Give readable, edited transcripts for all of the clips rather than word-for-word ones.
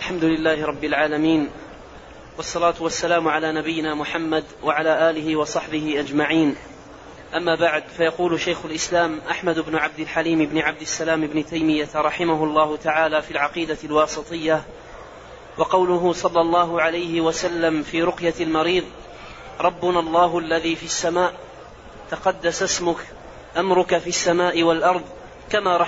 الحمد لله رب العالمين، والصلاة والسلام على نبينا محمد وعلى آله وصحبه أجمعين. أما بعد، فيقول شيخ الإسلام أحمد بن عبد الحليم بن عبد السلام بن تيمية رحمه الله تعالى في العقيدة الواسطية: وقوله صلى الله عليه وسلم في رقية المريض: ربنا الله الذي في السماء، تقدس اسمك، أمرك في السماء والأرض، كما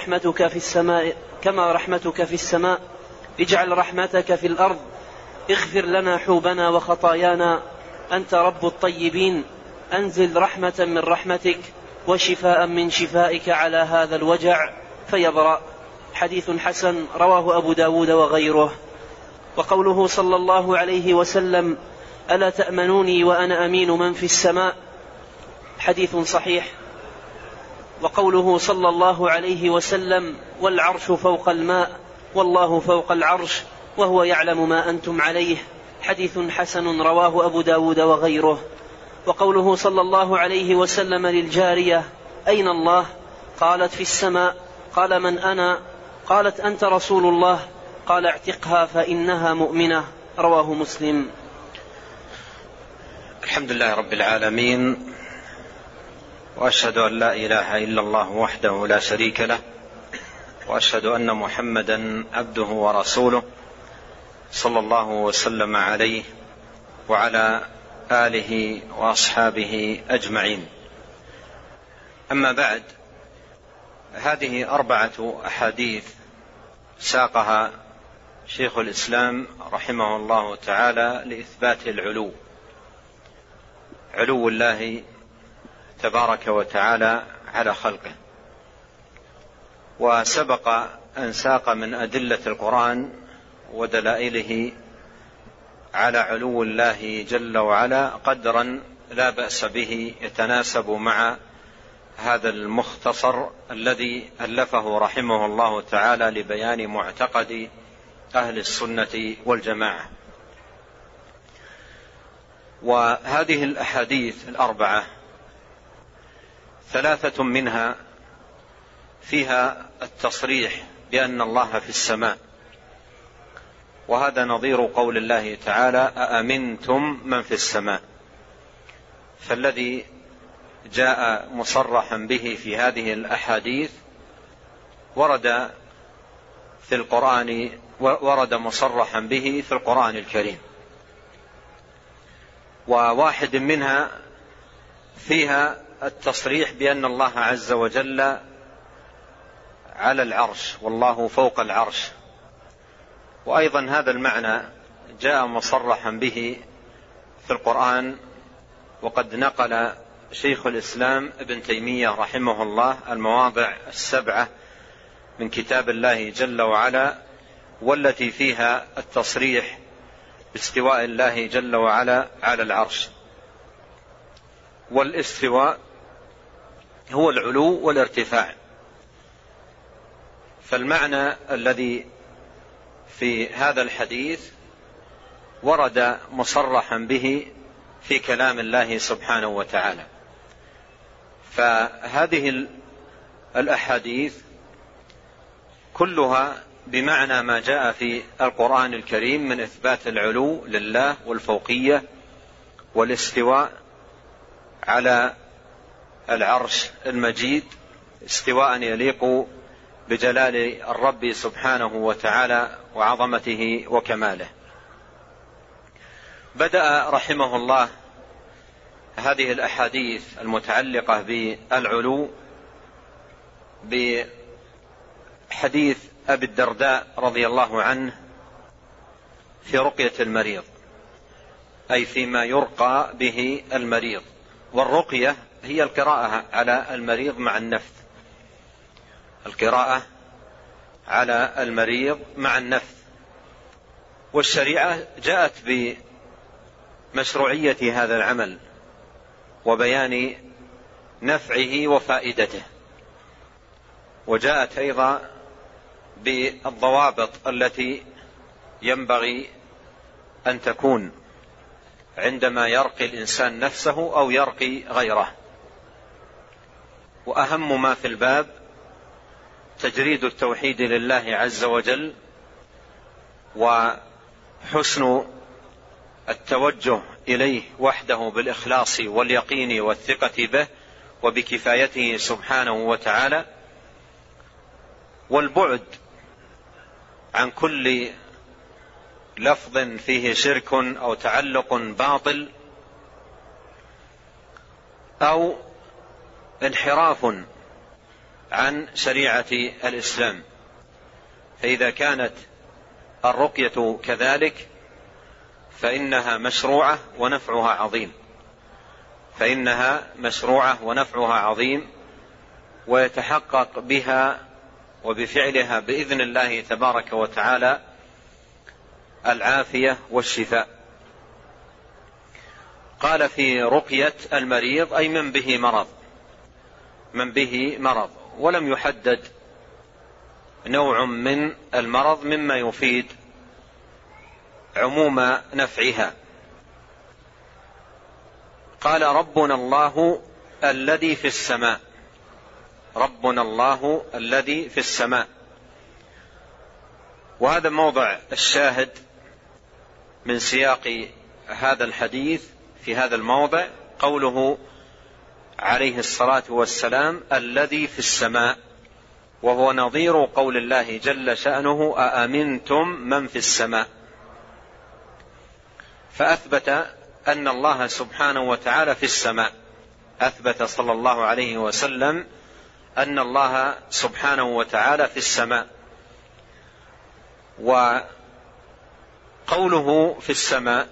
رحمتك في السماء، اجعل رحمتك في الأرض، اغفر لنا حوبنا وخطايانا، أنت رب الطيبين، أنزل رحمة من رحمتك وشفاء من شفائك على هذا الوجع فيبرأ. حديث حسن رواه أبو داود وغيره. وقوله صلى الله عليه وسلم: ألا تأمنوني وأنا أمين من في السماء، حديث صحيح. وقوله صلى الله عليه وسلم: والعرش فوق الماء والله فوق العرش وهو يعلم ما أنتم عليه، حديث حسن رواه أبو داود وغيره. وقوله صلى الله عليه وسلم للجارية: أين الله؟ قالت: في السماء. قال: من أنا؟ قالت: أنت رسول الله. قال: اعتقها فإنها مؤمنة، رواه مسلم. الحمد لله رب العالمين، وأشهد أن لا إله إلا الله وحده لا شريك له، وأشهد أن محمدا عبده ورسوله، صلى الله وسلم عليه وعلى آله وأصحابه أجمعين. أما بعد، هذه 4 أحاديث ساقها شيخ الإسلام رحمه الله تعالى لإثبات علو الله تبارك وتعالى على خلقه. وسبق أن ساق من أدلة القرآن ودلائله على علو الله جل وعلا قدرا لا بأس به يتناسب مع هذا المختصر الذي ألفه رحمه الله تعالى لبيان معتقد أهل السنة والجماعة. وهذه الأحاديث 4 3 منها فيها التصريح بأن الله في السماء، وهذا نظير قول الله تعالى: أأمنتم من في السماء. فالذي جاء مصرحا به في هذه الأحاديث ورد مصرحا به في القرآن الكريم. وواحد منها فيها التصريح بأن الله عز وجل على العرش والله فوق العرش، وأيضا هذا المعنى جاء مصرحا به في القرآن. وقد نقل شيخ الإسلام ابن تيمية رحمه الله المواضع 7 من كتاب الله جل وعلا، والتي فيها التصريح باستواء الله جل وعلا على العرش. والاستواء هو العلو والارتفاع. فالمعنى الذي في هذا الحديث ورد مصرحا به في كلام الله سبحانه وتعالى. فهذه الأحاديث كلها بمعنى ما جاء في القرآن الكريم من إثبات العلو لله والفوقية والاستواء على العرش المجيد، استواء يليق بجلال الرب سبحانه وتعالى وعظمته وكماله. بدأ رحمه الله هذه الأحاديث المتعلقة بالعلو بحديث أبي الدرداء رضي الله عنه في رقية المريض، أي فيما يرقى به المريض. والرقية هي القراءة على المريض مع النفث، القراءة على المريض مع النفث. والشريعة جاءت بمشروعية هذا العمل وبيان نفعه وفائدته، وجاءت أيضا بالضوابط التي ينبغي أن تكون عندما يرقي الإنسان نفسه أو يرقي غيره. وأهم ما في الباب تجريد التوحيد لله عز وجل وحسن التوجه إليه وحده بالإخلاص واليقين والثقة به وبكفايته سبحانه وتعالى، والبعد عن كل لفظ فيه شرك أو تعلق باطل أو انحراف عن شريعة الإسلام. فإذا كانت الرقية كذلك فإنها مشروعة ونفعها عظيم، فإنها مشروعة ونفعها عظيم، ويتحقق بها وبفعلها بإذن الله تبارك وتعالى العافية والشفاء. قال في رقية المريض أي من به مرض، من به مرض، ولم يحدد نوع من المرض مما يفيد عموم نفعها. قال ربنا الله الذي في السماء، ربنا الله الذي في السماء. وهذا موضع الشاهد من سياق هذا الحديث في هذا الموضع، قوله عليه الصلاة والسلام الذي في السماء، وهو نظير قول الله جل شأنه أأمنتم من في السماء. فأثبت أن الله سبحانه وتعالى في السماء، أثبت صلى الله عليه وسلم أن الله سبحانه وتعالى في السماء. وقوله في السماء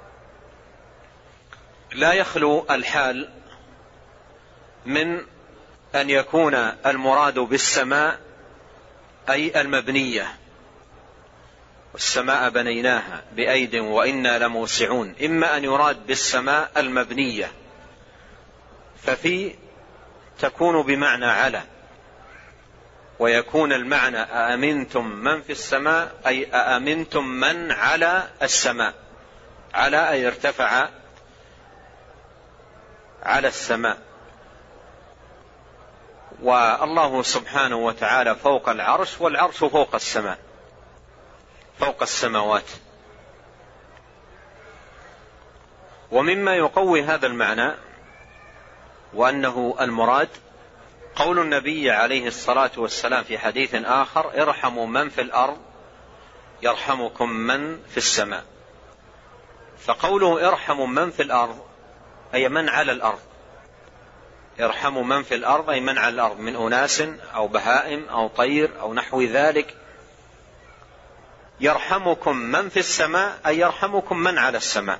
لا يخلو الحال من أن يكون المراد بالسماء أي المبنية، والسماء بنيناها بأيد وإنا لموسعون، إما أن يراد بالسماء المبنية ففي تكون بمعنى على، ويكون المعنى أأمنتم من في السماء أي أأمنتم من على السماء، على أي ارتفع على السماء. والله سبحانه وتعالى فوق العرش، والعرش فوق السماء، فوق السماوات. ومما يقوي هذا المعنى وأنه المراد قول النبي عليه الصلاة والسلام في حديث آخر ارحموا من في الأرض يرحمكم من في السماء. فقوله ارحموا من في الأرض أي من على الأرض، ارحموا من في الأرض أي من على الأرض من أناس أو بهائم أو طير أو نحو ذلك. يرحمكم من في السماء أي يرحمكم من على السماء،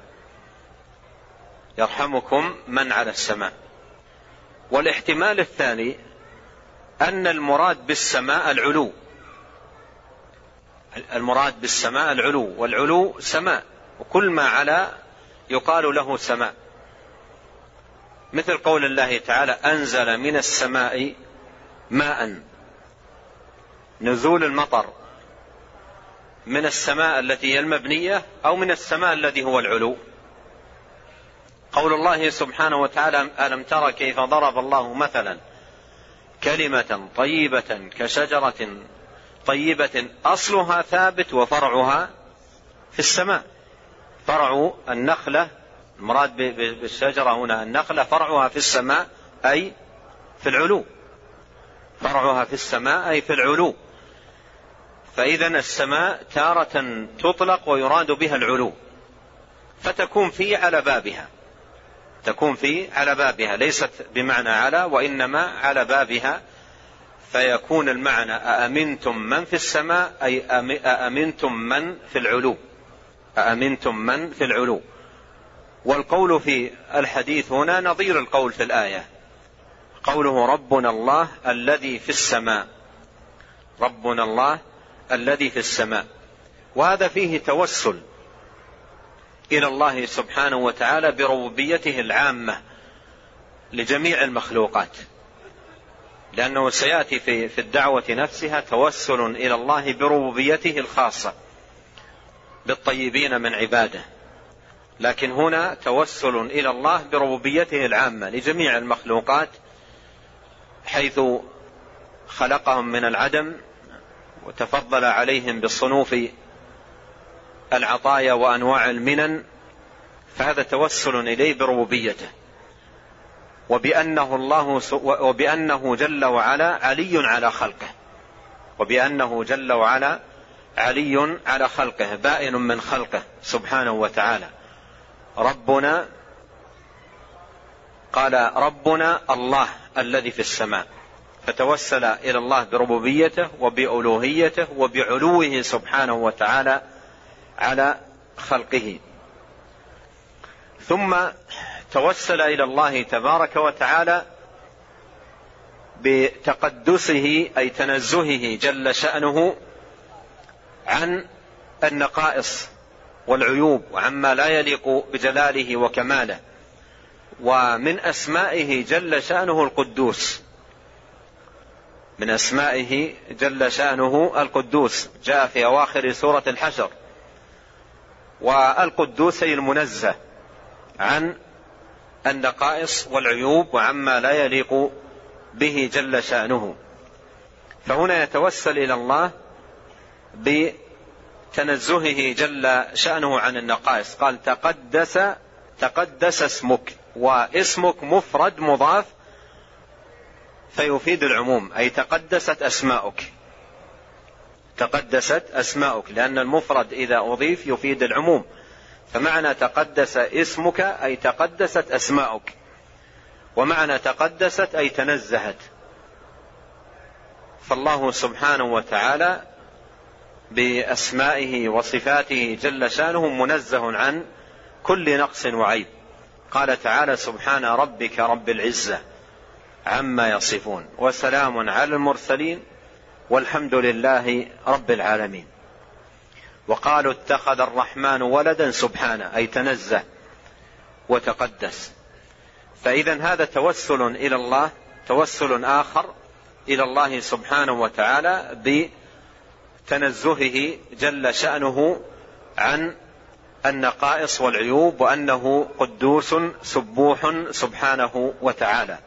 يرحمكم من على السماء. والاحتمال الثاني أن المراد بالسماء العلو، المراد بالسماء العلو، والعلو سماء، وكل ما علا يقال له سماء، مثل قول الله تعالى أنزل من السماء ماء، نزول المطر من السماء التي هي المبنية أو من السماء الذي هو العلو. قول الله سبحانه وتعالى ألم تر كيف ضرب الله مثلا كلمة طيبة كشجرة طيبة أصلها ثابت وفرعها في السماء. فرع النخلة، المراد بالشجرة هنا النخلة، فرعها في السماء أي في العلو، فرعها في السماء أي في العلو. فإذا السماء تارة تطلق ويراد بها العلو، فتكون في على بابها، تكون في على بابها، ليست بمعنى على وإنما على بابها، فيكون المعنى أأمنتم من في السماء أي أأمنتم من في العلو، أأمنتم من في العلو. والقول في الحديث هنا نظير القول في الآية، قوله ربنا الله الذي في السماء، ربنا الله الذي في السماء. وهذا فيه توسل إلى الله سبحانه وتعالى بربوبيته العامة لجميع المخلوقات، لأنه سيأتي في الدعوة نفسها توسل إلى الله بربوبيته الخاصة بالطيبين من عباده، لكن هنا توسل إلى الله بربوبيته العامة لجميع المخلوقات، حيث خلقهم من العدم وتفضل عليهم بالصنوف العطايا وأنواع المنن، فهذا توسل إليه بربوبيته، وبأنه جل وعلا علي على خلقه، وبأنه جل وعلا علي على خلقه، بائن من خلقه سبحانه وتعالى. ربنا، قال ربنا الله الذي في السماء، فتوسل إلى الله بربوبيته وبألوهيته وبعلوه سبحانه وتعالى على خلقه. ثم توسل إلى الله تبارك وتعالى بتقدسه أي تنزهه جل شأنه عن النقائص والعيوب وعما لا يليق بجلاله وكماله. ومن أسمائه جل شأنه القدوس، من أسمائه جل شأنه القدوس، جاء في أواخر سورة الحشر. والقدوس أي المنزه عن النقائص والعيوب وعما لا يليق به جل شأنه. فهنا يتوسل إلى الله بتنزهه جل شأنه عن النقائص. قال تقدس اسمك، واسمك مفرد مضاف فيفيد العموم، أي تقدست أسماؤك، تقدست أسماؤك، لأن المفرد إذا أضيف يفيد العموم، فمعنى تقدس اسمك أي تقدست أسماؤك، ومعنى تقدست أي تنزهت. فالله سبحانه وتعالى بأسمائه وصفاته جل شأنه منزه عن كل نقص وعيب. قال تعالى سبحان ربك رب العزة عما يصفون، وسلام على المرسلين والحمد لله رب العالمين. وقالوا اتخذ الرحمن ولدا سبحانه، أي تنزه وتقدس. فإذا هذا توسل إلى الله، توسل آخر إلى الله سبحانه وتعالى بتنزهه جل شأنه عن النقائص والعيوب، وأنه قدوس سبوح سبحانه وتعالى.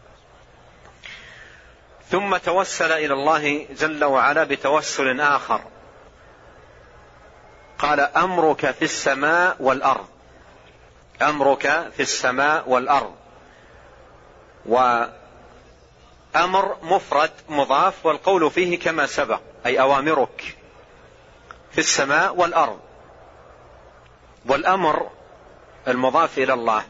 ثم توسل إلى الله جل وعلا بتوسل آخر، قال أمرك في السماء والأرض، أمرك في السماء والأرض. وأمر مفرد مضاف، والقول فيه كما سبق، أي أوامرك في السماء والأرض. والأمر المضاف إلى الله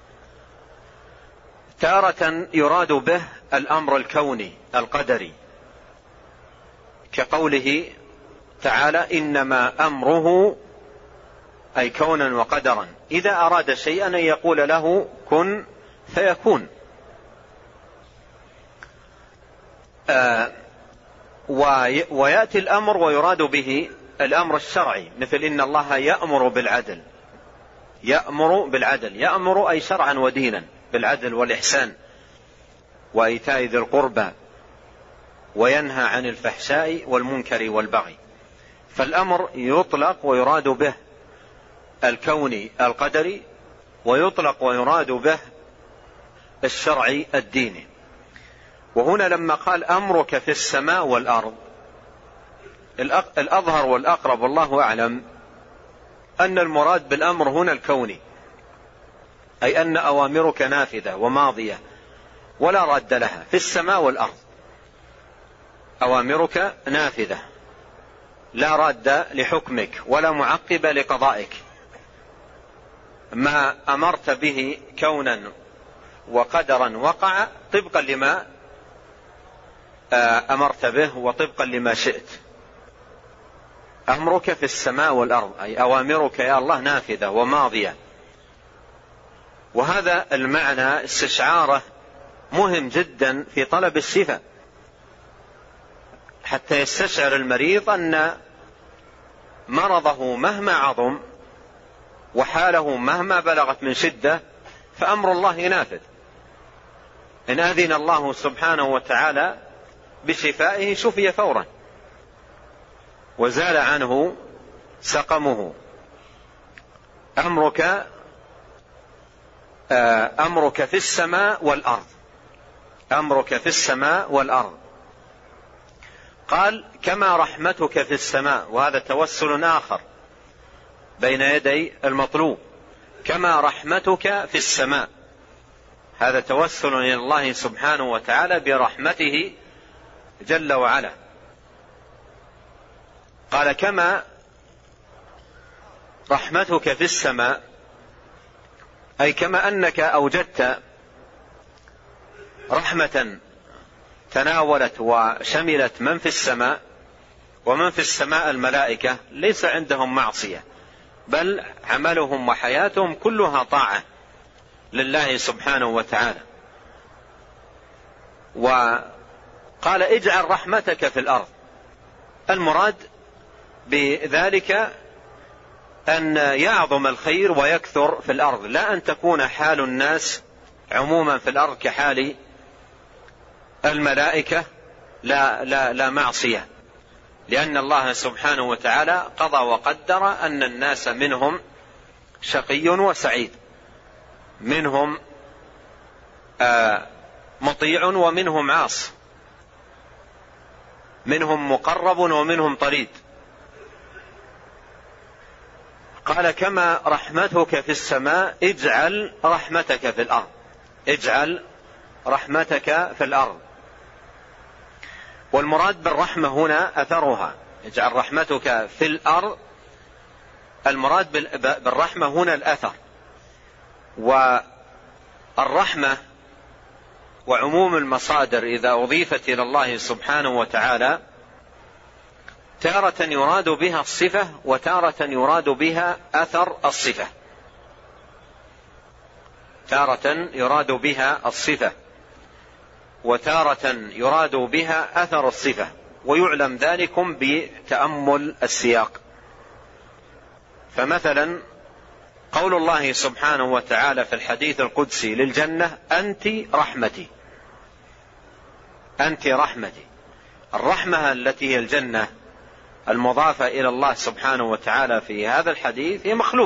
تارة يراد به الأمر الكوني القدري، كقوله تعالى إنما أمره، أي كونا وقدرا، إذا أراد شيئا أن يقول له كن فيكون. ويأتي الأمر ويراد به الأمر الشرعي، مثل إن الله يأمر بالعدل، يأمر بالعدل، يأمر أي شرعا ودينا بالعدل والإحسان وإيتاء ذي القربى، وينهى عن الفحشاء والمنكر والبغي. فالأمر يطلق ويراد به الكوني القدري، ويطلق ويراد به الشرعي الديني. وهنا لما قال أمرك في السماء والأرض، الأظهر والأقرب والله أعلم أن المراد بالأمر هنا الكوني، أي أن أوامرك نافذة وماضية ولا رد لها في السماء والأرض، أوامرك نافذة لا راد لحكمك ولا معقب لقضائك. ما أمرت به كونا وقدرا وقع طبقا لما أمرت به وطبقا لما شئت. أمرك في السماء والأرض، أي أوامرك يا الله نافذة وماضية. وهذا المعنى استشعاره مهم جدا في طلب الشفاء، حتى يستشعر المريض أن مرضه مهما عظم وحاله مهما بلغت من شدة فأمر الله نافذ. إن أذن الله سبحانه وتعالى بشفائه شفي فورا وزال عنه سقمه. أمرك في السماء والأرض، أمرك في السماء والأرض. قال كما رحمتك في السماء، وهذا توسل آخر، بين يدي المطلوب، كما رحمتك في السماء. هذا توسل إلى الله سبحانه وتعالى برحمته جل وعلا. قال كما رحمتك في السماء، أي كما أنك أوجدت رحمة تناولت وشملت من في السماء، ومن في السماء الملائكة ليس عندهم معصية، بل عملهم وحياتهم كلها طاعة لله سبحانه وتعالى. وقال اجعل رحمتك في الأرض. المراد بذلك أن يعظم الخير ويكثر في الأرض، لا أن تكون حال الناس عموما في الأرض كحال الملائكة لا معصية، لأن الله سبحانه وتعالى قضى وقدر أن الناس منهم شقي وسعيد، منهم مطيع ومنهم عاص، منهم مقرب ومنهم طريد. قال كما رحمتك في السماء اجعل رحمتك في الأرض، اجعل رحمتك في الأرض. والمراد بالرحمة هنا أثرها، اجعل رحمتك في الأرض، المراد بالرحمة هنا الأثر. والرحمة وعموم المصادر إذا أضيفت إلى الله سبحانه وتعالى تارة يراد بها الصفة، وتارة يراد بها أثر الصفة، تارة يراد بها الصفة وتارة يراد بها أثر الصفة، ويعلم ذلكم بتأمل السياق. فمثلا قول الله سبحانه وتعالى في الحديث القدسي للجنة أنت رحمتي، أنت رحمتي. الرحمة التي هي الجنة المضافة إلى الله سبحانه وتعالى في هذا الحديث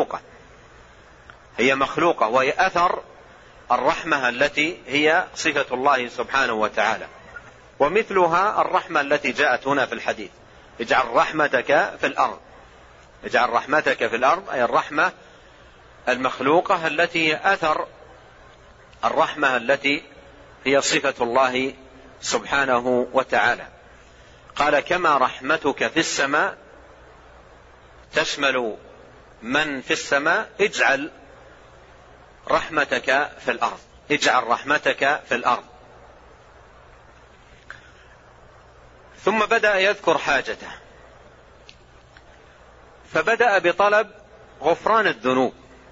هي مخلوقة، وهي أثر الرحمة التي هي صفة الله سبحانه وتعالى. ومثلها الرحمة التي جاءت هنا في الحديث اجعل رحمتك في الأرض، اجعل رحمتك في الأرض، أي الرحمة المخلوقة التي هي أثر الرحمة التي هي صفة الله سبحانه وتعالى. قال كما رحمتك في السماء تشمل من في السماء، اجعل رحمتك في الأرض، اجعل رحمتك في الأرض. ثم بدأ يذكر حاجته، فبدأ بطلب غفران الذنوب.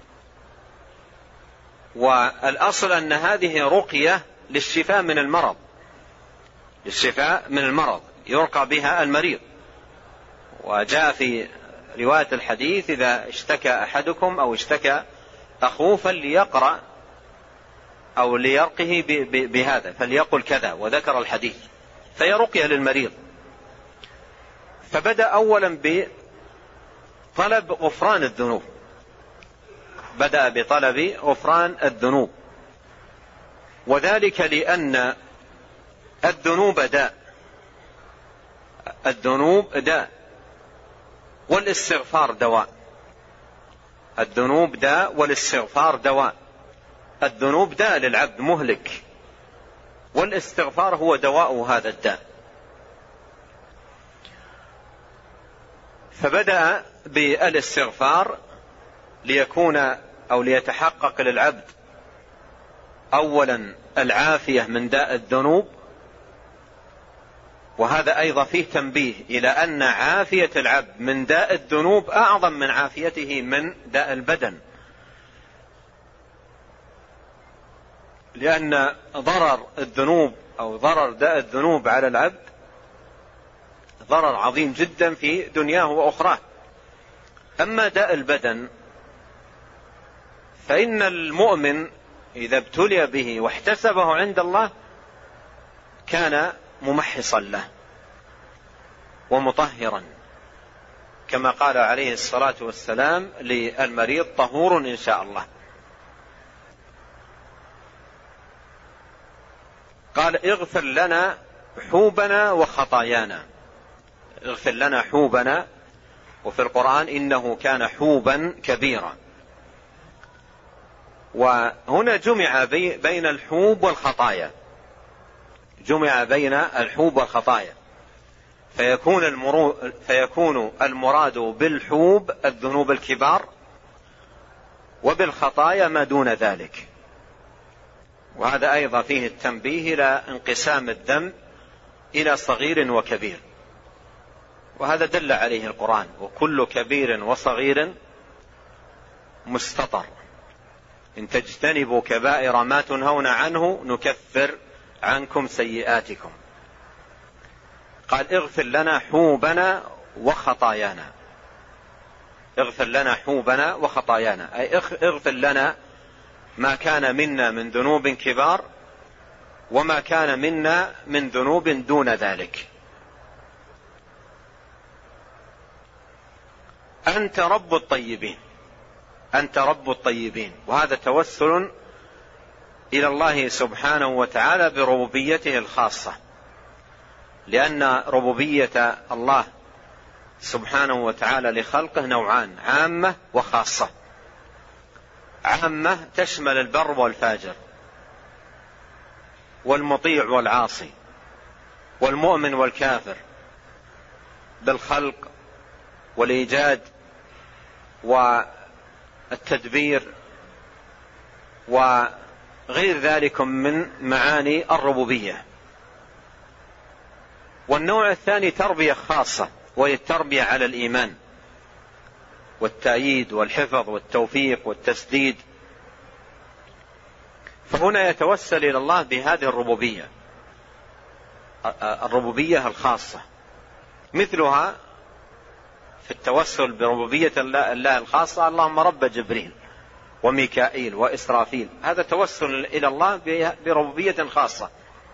والأصل أن هذه رقية للشفاء من المرض، للشفاء من المرض يرقى بها المريض. وجاء في رواية الحديث إذا اشتكى أحدكم أو اشتكى أخوه فليقرأ أو ليرقه بهذا، فليقل كذا، وذكر الحديث، فهي رقية للمريض. فبدأ أولا بطلب غفران الذنوب، بدأ بطلب غفران الذنوب، وذلك لأن الذنوب داء، الذنوب داء والاستغفار دواء، الذنوب داء والاستغفار دواء. الذنوب داء للعبد مهلك، والاستغفار هو دواء هذا الداء. فبدأ بالاستغفار ليكون أو ليتحقق للعبد أولا العافية من داء الذنوب. وهذا أيضا فيه تنبيه إلى أن عافية العبد من داء الذنوب أعظم من عافيته من داء البدن، لأن ضرر الذنوب أو ضرر داء الذنوب على العبد ضرر عظيم جدا في دنياه وأخراه. أما داء البدن فإن المؤمن إذا ابتلي به واحتسبه عند الله كان ممحصا له ومطهرا، كما قال عليه الصلاة والسلام للمريض طهور إن شاء الله. قال اغفر لنا حوبنا وخطايانا، اغفر لنا حوبنا وفي القرآن إنه كان حوبا كبيرا. وهنا جمع بين الحوب والخطايا، جمع بين الحوب والخطايا، فيكون المراد بالحوب الذنوب الكبار، وبالخطايا ما دون ذلك. وهذا أيضا فيه التنبيه إلى انقسام الذنب إلى صغير وكبير، وهذا دل عليه القرآن: وكل كبير وصغير مستطر، إن تجتنبوا كبائر ما تنهون عنه نكفر عنكم سيئاتكم. قال: اغفر لنا حوبنا وخطايانا. اغفر لنا حوبنا وخطايانا، أي اغفر لنا ما كان منا من ذنوب كبار وما كان منا من ذنوب دون ذلك. أنت رب الطيبين، أنت رب الطيبين. وهذا توسل إلى الله سبحانه وتعالى بربوبيته الخاصة، لأن ربوبية الله سبحانه وتعالى لخلقه نوعان: عامة وخاصة. عامة تشمل البر والفاجر، والمطيع والعاصي، والمؤمن والكافر، بالخلق والإيجاد والتدبير وغير ذلك من معاني الربوبية. والنوع الثاني تربية خاصة، وهي التربية على الإيمان والتأييد والحفظ والتوفيق والتسديد. فهنا يتوسل إلى الله بهذه الربوبية، الربوبية الخاصة. مثلها في التوسل بربوبية الله الخاصة: اللهم رب جبريل وميكائيل وإسرافيل. هذا توسل إلى الله بربوبية خاصة.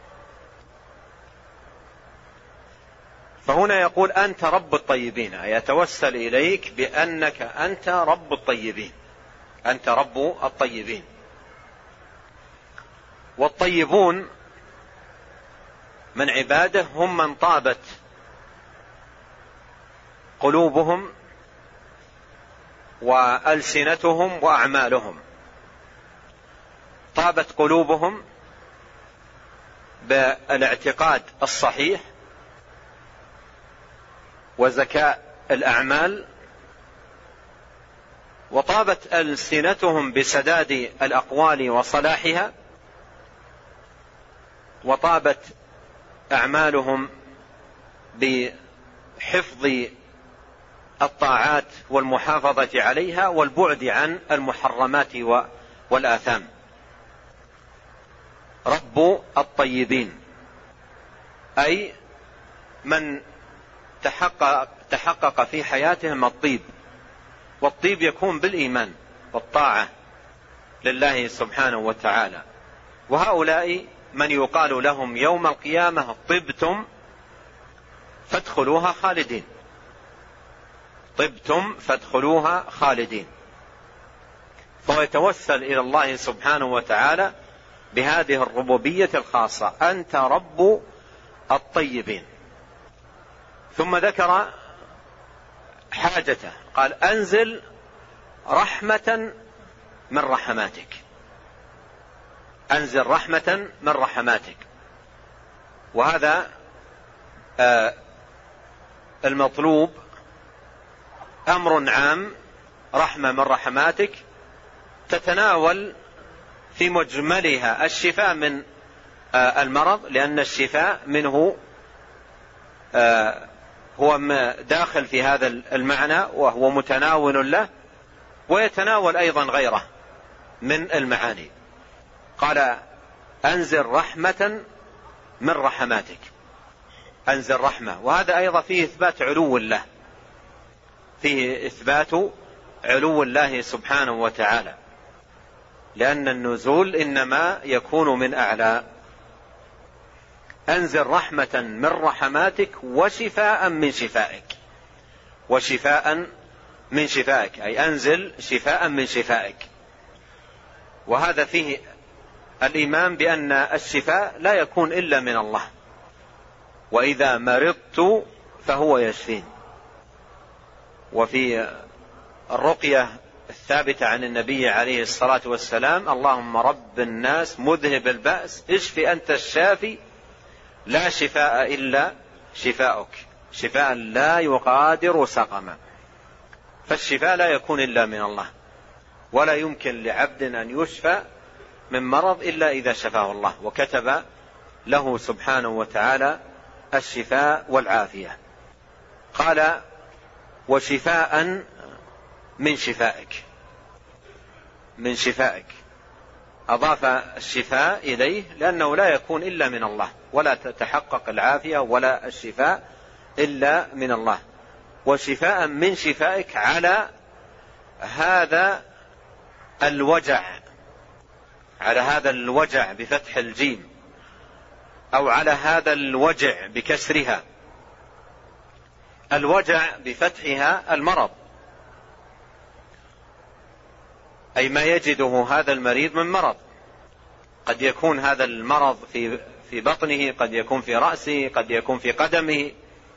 فهنا يقول: أنت رب الطيبين، أي يتوسل إليك بأنك أنت رب الطيبين، أنت رب الطيبين. والطيبون من عباده هم من طابت قلوبهم وألسنتهم وأعمالهم. طابت قلوبهم بالاعتقاد الصحيح وزكاء الأعمال، وطابت ألسنتهم بسداد الأقوال وصلاحها، وطابت أعمالهم بحفظ الطاعات والمحافظة عليها والبعد عن المحرمات والآثام. رب الطيبين أي من تحقق في حياتهم الطيب، والطيب يكون بالإيمان والطاعة لله سبحانه وتعالى. وهؤلاء من يقال لهم يوم القيامة: طبتم فادخلوها خالدين، طبتم فادخلوها خالدين. فهو يتوسل إلى الله سبحانه وتعالى بهذه الربوبية الخاصة: أنت رب الطيبين. ثم ذكر حاجته، قال: أنزل رحمة من رحماتك، أنزل رحمة من رحماتك. وهذا المطلوب أمر عام، رحمة من رحماتك، تتناول في مجملها الشفاء من المرض، لأن الشفاء منه هو داخل في هذا المعنى وهو متناول له، ويتناول أيضا غيره من المعاني. قال: أنزل رحمة من رحماتك، أنزل رحمة. وهذا أيضا فيه إثبات علو الله، فيه إثبات علو الله سبحانه وتعالى، لأن النزول إنما يكون من أعلى. أنزل رحمة من رحماتك وشفاء من شفائك، وشفاء من شفائك أي أنزل شفاء من شفائك. وهذا فيه الإيمان بأن الشفاء لا يكون إلا من الله، وإذا مرضت فهو يشفين. وفي الرقية الثابتة عن النبي عليه الصلاة والسلام: اللهم رب الناس مذهب البأس اشف أنت الشافي لا شفاء إلا شفاؤك، شفاء لا يغادر سقما. فالشفاء لا يكون إلا من الله، ولا يمكن لعبد أن يشفى من مرض إلا إذا شفاه الله، وكتب له سبحانه وتعالى الشفاء والعافية. قال: وشفاء من شفائك، من شفائك. أضاف الشفاء إليه لأنه لا يكون إلا من الله، ولا تتحقق العافية ولا الشفاء إلا من الله. وشفاء من شفائك على هذا الوجع، على هذا الوجع بفتح الجيم، أو على هذا الوجع بكسرها. الوجع بفتحها المرض، أي ما يجده هذا المريض من مرض. قد يكون هذا المرض في بطنه، قد يكون في رأسه، قد يكون في قدمه.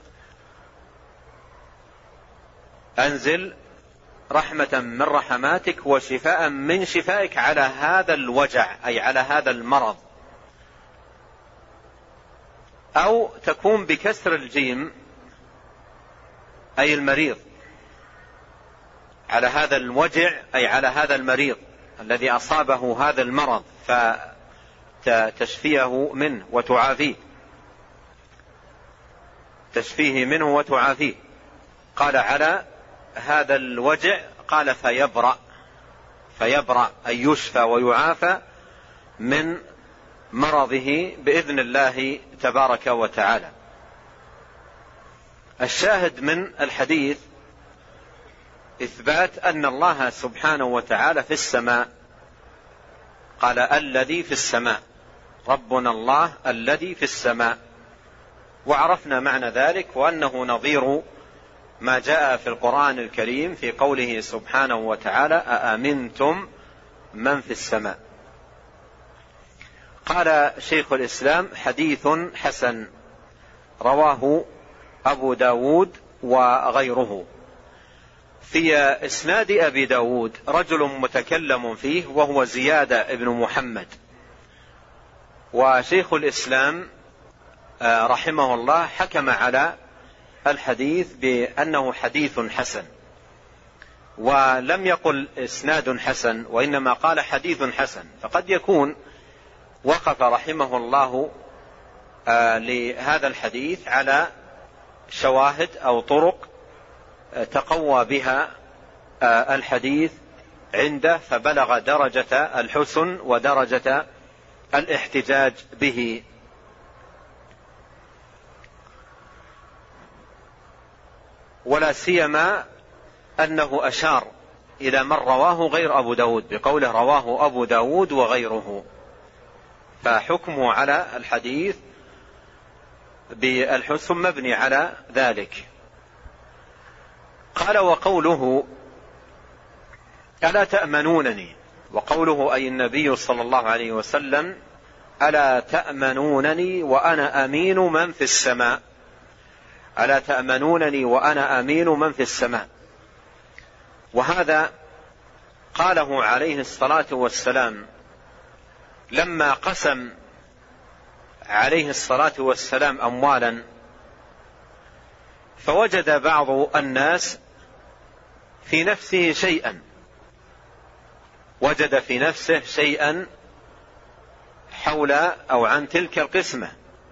أنزل رحمة من رحماتك وشفاء من شفائك على هذا الوجع، أي على هذا المرض. أو تكون بكسر الجيم، أي المريض، على هذا الوجع، أي على هذا المريض الذي أصابه هذا المرض، فتشفيه منه وتعافيه، تشفيه منه وتعافيه. قال على هذا الوجع، قال فيبرأ، فيبرأ أي يشفى ويعافى من مرضه بإذن الله تبارك وتعالى. الشاهد من الحديث إثبات أن الله سبحانه وتعالى في السماء. قال: الذي في السماء، ربنا الله الذي في السماء. وعرفنا معنى ذلك، وأنه نظير ما جاء في القرآن الكريم في قوله سبحانه وتعالى: أأمنتم من في السماء. قال شيخ الإسلام: حديث حسن رواه أبو داود وغيره. في إسناد أبي داود رجل متكلم فيه، وهو زيادة ابن محمد. وشيخ الإسلام رحمه الله حكم على الحديث بأنه حديث حسن، ولم يقل إسناد حسن، وإنما قال حديث حسن. فقد يكون وقف رحمه الله لهذا الحديث على شواهد أو طرق تقوى بها الحديث عنده، فبلغ درجة الحسن ودرجة الاحتجاج به. ولا سيما أنه أشار إلى من رواه غير أبو داود بقوله رواه أبو داود وغيره، فحكمه على الحديث بالحسن مبني على ذلك. قال: وقوله ألا تأمنونني، وقوله أي النبي صلى الله عليه وسلم: ألا تأمنونني وأنا أمين من في السماء، ألا تأمنونني وأنا أمين من في السماء. وهذا قاله عليه الصلاة والسلام لما قسم عليه الصلاة والسلام أموالا، فوجد بعض الناس في نفسه شيئا، وجد في نفسه شيئا حول أو عن تلك القسمة،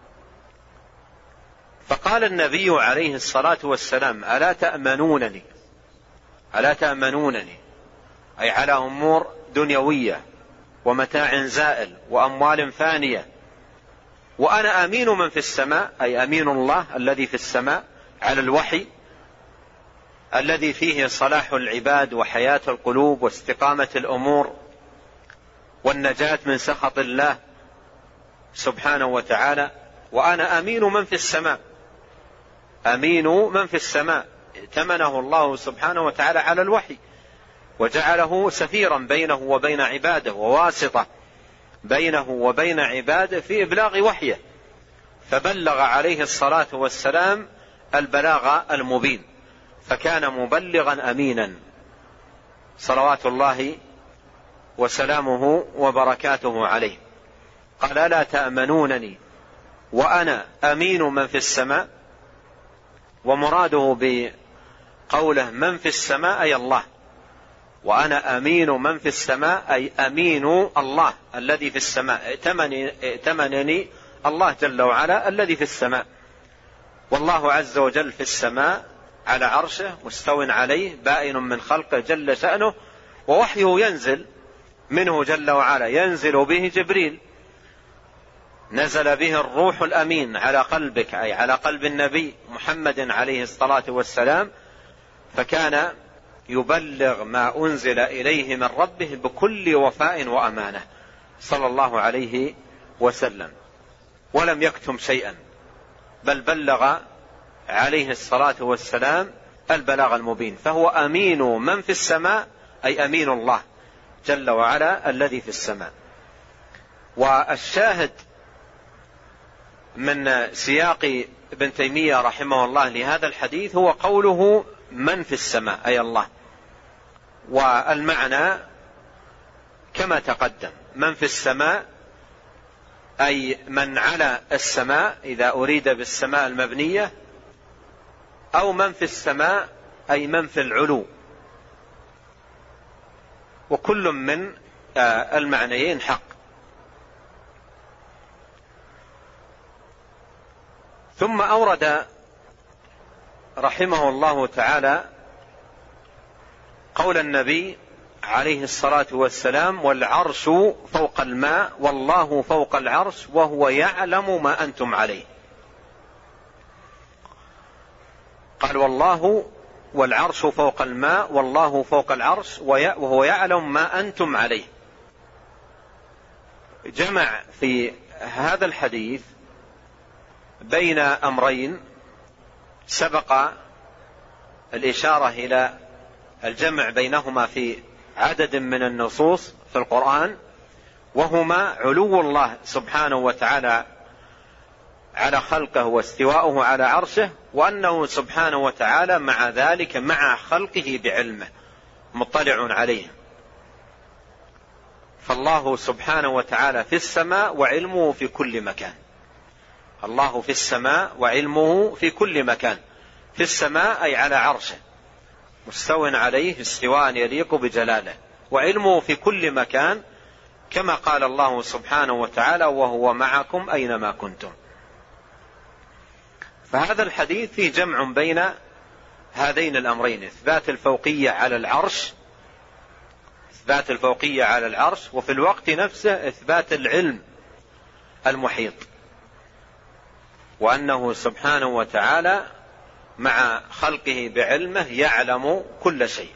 فقال النبي عليه الصلاة والسلام: ألا تأمنونني، ألا تأمنونني، أي على أمور دنيوية ومتاع زائل وأموال فانية، وأنا أمين من في السماء، أي أمين الله الذي في السماء على الوحي الذي فيه صلاح العباد وحياة القلوب واستقامة الأمور والنجاة من سخط الله سبحانه وتعالى. وأنا أمين من في السماء، أمين من في السماء ائتمنه الله سبحانه وتعالى على الوحي، وجعله سفيرا بينه وبين عباده، وواسطة بينه وبين عباده في إبلاغ وحيه، فبلغ عليه الصلاة والسلام البلاغ المبين، فكان مبلغا أمينا صلوات الله وسلامه وبركاته عليه. قال: ألا تأمنونني وأنا أمين من في السماء؟ ومراده بقوله من في السماء أي الله، وأنا أمين من في السماء أي أمين الله الذي في السماء. ائتمنني الله جل وعلا الذي في السماء، والله عز وجل في السماء على عرشه مستو عليه بائن من خلقه جل شأنه، ووحيه ينزل منه جل وعلا، ينزل به جبريل، نزل به الروح الأمين على قلبك أي على قلب النبي محمد عليه الصلاة والسلام، فكان يبلغ ما أنزل إليه من ربه بكل وفاء وأمانة صلى الله عليه وسلم، ولم يكتم شيئا، بل بلغ عليه الصلاة والسلام البلاغ المبين. فهو أمين من في السماء أي أمين الله جل وعلا الذي في السماء. والشاهد من سياق ابن تيمية رحمه الله لهذا الحديث هو قوله من في السماء أي الله، والمعنى كما تقدم، من في السماء أي من على السماء إذا أريد بالسماء المبنية، أو من في السماء أي من في العلو، وكل من المعنيين حق. ثم أورد رحمه الله تعالى قول النبي عليه الصلاة والسلام: والعرش فوق الماء والله فوق العرش وهو يعلم ما أنتم عليه. قال: والعرش فوق الماء والله فوق العرش وهو يعلم ما أنتم عليه. جمع في هذا الحديث بين أمرين سبق الإشارة إلى الجمع بينهما في عدد من النصوص في القرآن، وهما علو الله سبحانه وتعالى على خلقه واستواؤه على عرشه، وأنه سبحانه وتعالى مع ذلك مع خلقه بعلمه مطلع عليه. فالله سبحانه وتعالى في السماء وعلمه في كل مكان. الله في السماء وعلمه في كل مكان. في السماء أي على عرشه مستو عليه استواء يليق بجلاله، وعلمه في كل مكان، كما قال الله سبحانه وتعالى: وهو معكم أينما كنتم. فهذا الحديث فيه جمع بين هذين الأمرين: إثبات الفوقية على العرش، وفي الوقت نفسه إثبات العلم المحيط، وأنه سبحانه وتعالى مع خلقه بعلمه يعلم كل شيء.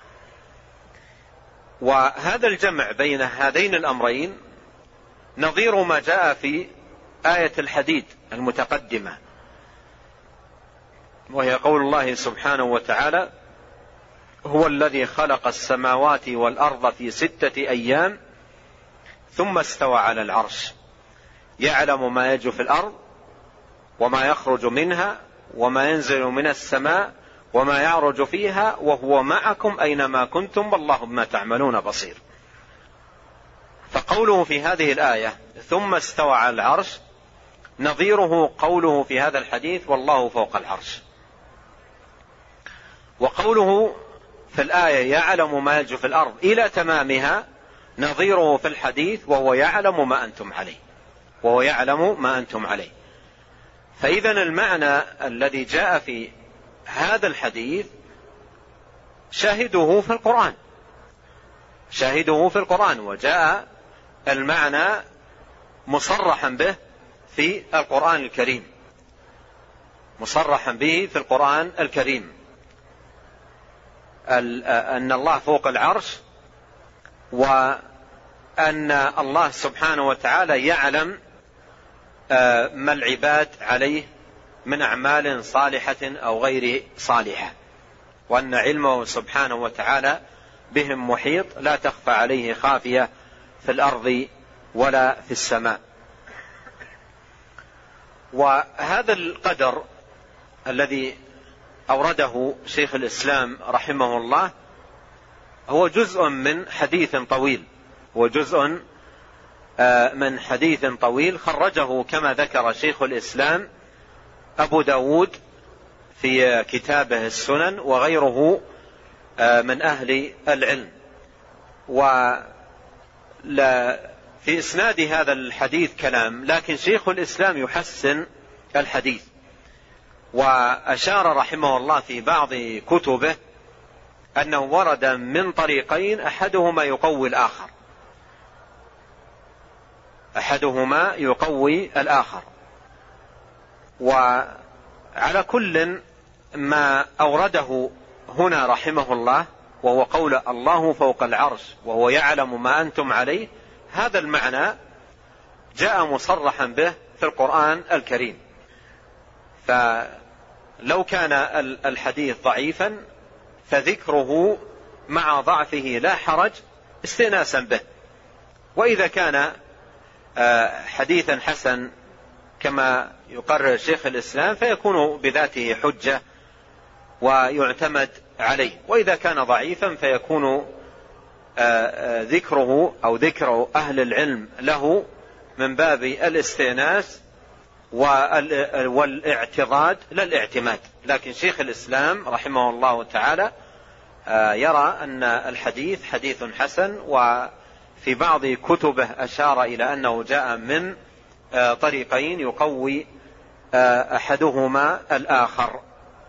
وهذا الجمع بين هذين الأمرين نظير ما جاء في آية الحديد المتقدمة، وهي قول الله سبحانه وتعالى: هو الذي خلق السماوات والأرض في 6 أيام ثم استوى على العرش يعلم ما يلج في الأرض وما يخرج منها وما ينزل من السماء وما يعرج فيها وهو معكم أينما كنتم والله بما تعملون بصير. فقوله في هذه الآية ثم استوى على العرش نظيره قوله في هذا الحديث: والله فوق العرش. وقوله في الآية: يعلم ما يلج في الأرض إلى تمامها نظيره في الحديث: وهو يعلم ما أنتم عليه. فإذا المعنى الذي جاء في هذا الحديث شاهده في القرآن، وجاء المعنى مصرحا به في القرآن الكريم، أن الله فوق العرش، وأن الله سبحانه وتعالى يعلم ما العباد عليه من أعمال صالحة أو غير صالحة، وأن علمه سبحانه وتعالى بهم محيط لا تخفى عليه خافية في الأرض ولا في السماء. وهذا القدر الذي أورده شيخ الإسلام رحمه الله هو جزء من حديث طويل، من حديث طويل خرجه كما ذكر شيخ الإسلام أبو داود في كتابه السنن وغيره من أهل العلم. في إسناد هذا الحديث كلام، لكن شيخ الإسلام يحسن الحديث، وأشار رحمه الله في بعض كتبه أنه ورد من طريقين أحدهما يقوي الآخر. وعلى كل ما أورده هنا رحمه الله وهو قول الله فوق العرش وهو يعلم ما أنتم عليه، هذا المعنى جاء مصرحا به في القرآن الكريم. فلو كان الحديث ضعيفا فذكره مع ضعفه لا حرج استئناسا به، وإذا كان حديثا حسن كما يقرر شيخ الإسلام فيكون بذاته حجة ويعتمد عليه، وإذا كان ضعيفا فيكون ذكره أو ذكر أهل العلم له من باب الاستئناس والاعتضاد لا الاعتماد. لكن شيخ الإسلام رحمه الله تعالى يرى أن الحديث حديث حسن، وفي بعض كتبه أشار إلى أنه جاء من طريقين يقوي أحدهما الآخر.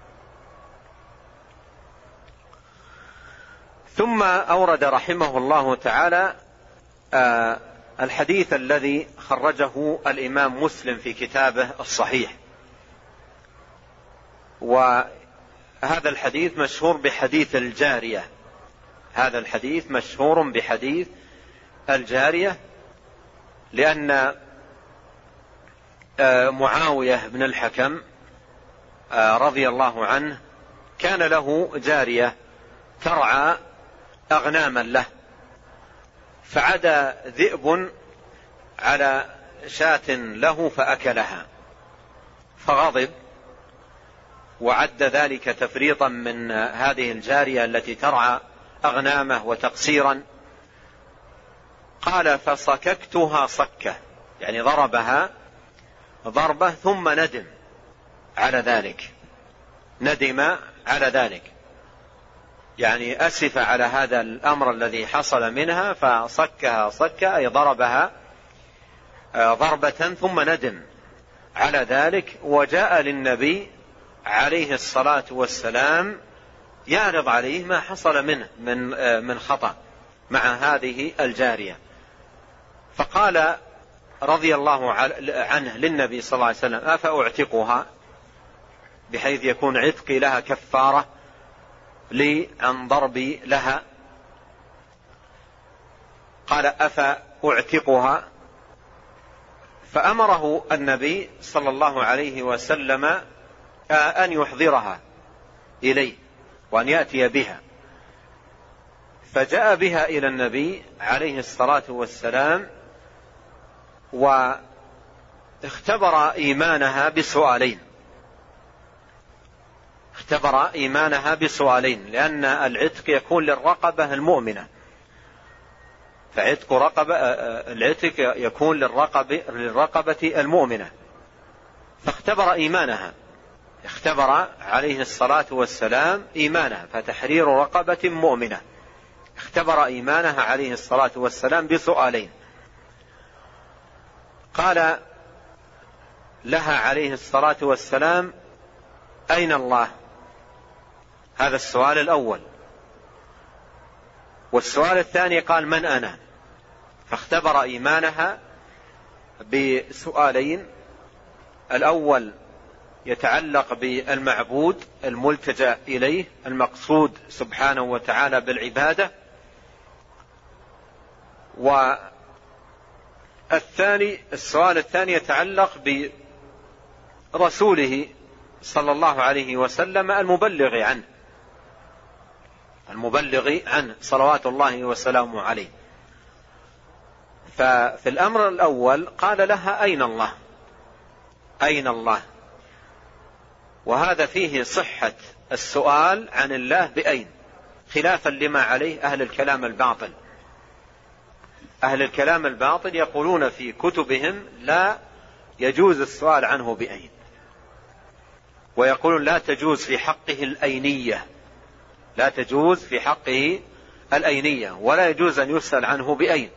ثم أورد رحمه الله تعالى الحديث الذي خرجه الإمام مسلم في كتابه الصحيح، وهذا الحديث مشهور بحديث الجارية. هذا الحديث مشهور بحديث الجارية لأن معاوية بن الحكم رضي الله عنه كان له جارية ترعى أغناما له، فعدى ذئب على شاة له فأكلها، فغضب وعد ذلك تفريطا من هذه الجارية التي ترعى أغنامه وتقصيرا. قال فصككتها صكة، يعني ضربها ضربة ثم ندم على ذلك، يعني أسف على هذا الأمر الذي حصل منها، فصكها صكة أي ضربها ضربة ثم ندم على ذلك، وجاء للنبي عليه الصلاة والسلام يعرض عليه ما حصل منه من خطأ مع هذه الجارية. فقال رضي الله عنه للنبي صلى الله عليه وسلم أفأعتقها، بحيث يكون عتقي لها كفارة لي عن ضربي لها. قال أفأعتقها، فأمره النبي صلى الله عليه وسلم أن يحضرها إليه وأن يأتي بها، فجاء بها إلى النبي عليه الصلاة والسلام، واختبر إيمانها بسؤالين، لأن العتق يكون للرقبة المؤمنة، فعتق العتق يكون للرقبة المؤمنة، فاختبر إيمانها، اختبر عليه الصلاة والسلام إيمانها، فتحرير رقبة مؤمنة، اختبر إيمانها عليه الصلاة والسلام بسؤالين. قال لها عليه الصلاة والسلام أين الله؟ هذا السؤال الأول. والسؤال الثاني قال من أنا؟ فاختبر إيمانها بسؤالين، الأول يتعلق بالمعبود الملتجأ إليه المقصود سبحانه وتعالى بالعبادة، السؤال الثاني يتعلق برسوله صلى الله عليه وسلم المبلغ عنه صلوات الله وسلامه عليه. ففي الأمر الأول قال لها أين الله؟ وهذا فيه صحة السؤال عن الله بأين، خلافا لما عليه أهل الكلام الباطل. أهل الكلام الباطل يقولون في كتبهم لا يجوز السؤال عنه بأين، ويقولون لا تجوز في حقه الأينية، لا تجوز في حقه الأينية، ولا يجوز أن يسأل عنه بأين.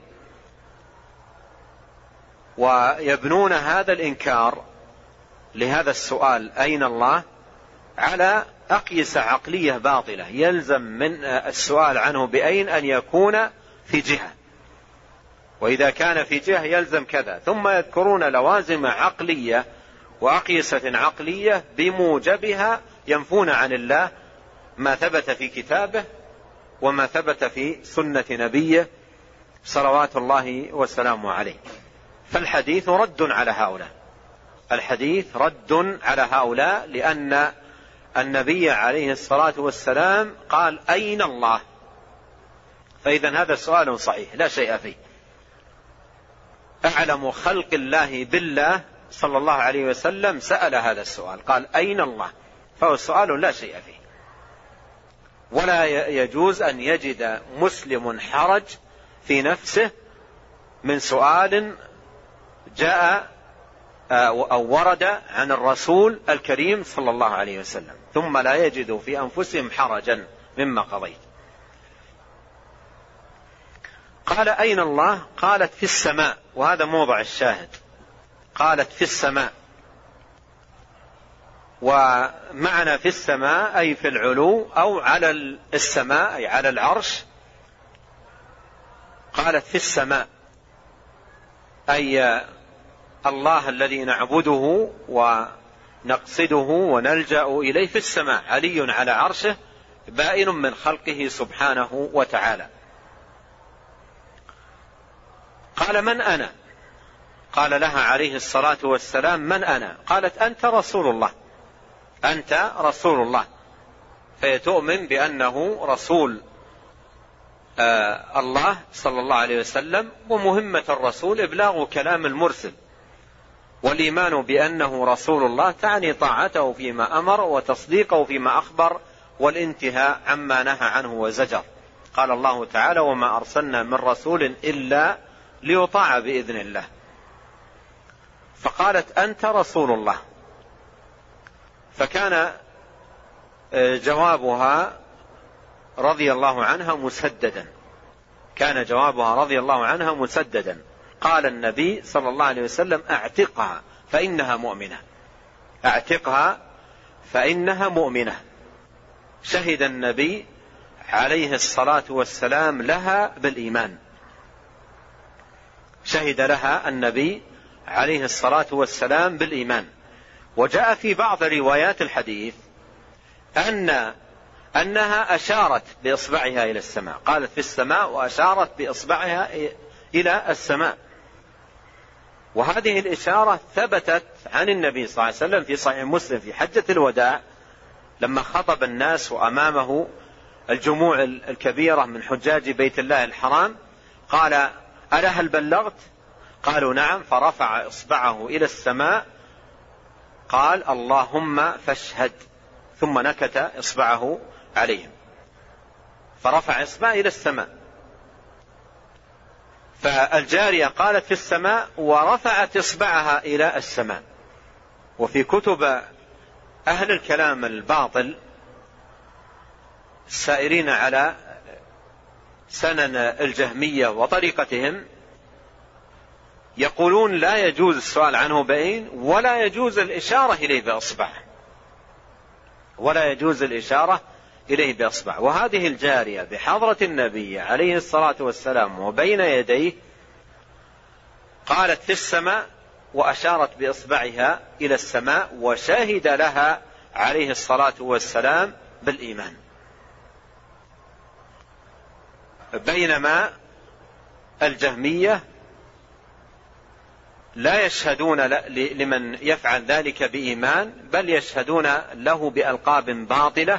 ويبنون هذا الإنكار لهذا السؤال أين الله على أقيسة عقلية باطلة. يلزم من السؤال عنه بأين أن يكون في جهة، وإذا كان في جهة يلزم كذا، ثم يذكرون لوازم عقلية وأقيسة عقلية بموجبها ينفون عن الله ما ثبت في كتابه وما ثبت في سنة نبيه صلوات الله وسلامه عليه. فالحديث رد على هؤلاء، الحديث رد على هؤلاء، لأن النبي عليه الصلاة والسلام قال أين الله، فإذا هذا سؤال صحيح لا شيء فيه. أعلم خلق الله بالله صلى الله عليه وسلم سأل هذا السؤال، قال أين الله، فهو سؤال لا شيء فيه. ولا يجوز أن يجد مسلم حرج في نفسه من سؤال جاء أو ورد عن الرسول الكريم صلى الله عليه وسلم، ثم لا يجد في أنفسهم حرجا مما قضيت. قال أين الله؟ قالت في السماء، وهذا موضع الشاهد، قالت في السماء. ومعنى في السماء أي في العلو، أو على السماء أي على العرش. قالت في السماء أي الله الذي نعبده ونقصده ونلجأ إليه في السماء، علي على عرشه بائن من خلقه سبحانه وتعالى. قال من أنا؟ قال لها عليه الصلاة والسلام من أنا؟ قالت أنت رسول الله، أنت رسول الله. فيتؤمن بأنه رسول الله صلى الله عليه وسلم، ومهمة الرسول إبلاغ كلام المرسل، والإيمان بأنه رسول الله تعني طاعته فيما أمر وتصديقه فيما أخبر والانتهاء عما نهى عنه وزجر. قال الله تعالى وما أرسلنا من رسول إلا ليطاع بإذن الله. فقالت أنت رسول الله، فكان جوابها رضي الله عنها مسددا، كان جوابها رضي الله عنها مسددا. قال النبي صلى الله عليه وسلم اعتقها فإنها مؤمنة، اعتقها فإنها مؤمنة. شهد النبي عليه الصلاة والسلام لها بالإيمان، شهد لها النبي عليه الصلاة والسلام بالإيمان. وجاء في بعض روايات الحديث أنها أشارت بإصبعها إلى السماء، قالت في السماء وأشارت بإصبعها إلى السماء. وهذه الإشارة ثبتت عن النبي صلى الله عليه وسلم في صحيح مسلم في حجة الوداع لما خطب الناس وأمامه الجموع الكبيرة من حجاج بيت الله الحرام، قال ألا هل بلغت؟ قالوا نعم، فرفع إصبعه إلى السماء قال اللهم فاشهد، ثم نكت إصبعه عليهم، فرفع إصبعه إلى السماء. فالجارية قالت في السماء ورفعت إصبعها إلى السماء. وفي كتب أهل الكلام الباطل السائرين على سنن الجهمية وطريقتهم يقولون لا يجوز السؤال عنه بأين، ولا يجوز الإشارة إليه بإصبع، ولا يجوز الإشارة إليه بإصبع. وهذه الجارية بحضرة النبي عليه الصلاة والسلام وبين يديه قالت في السماء وأشارت بإصبعها إلى السماء، وشهد لها عليه الصلاة والسلام بالإيمان. بينما الجهمية لا يشهدون لمن يفعل ذلك بإيمان، بل يشهدون له بألقاب باطلة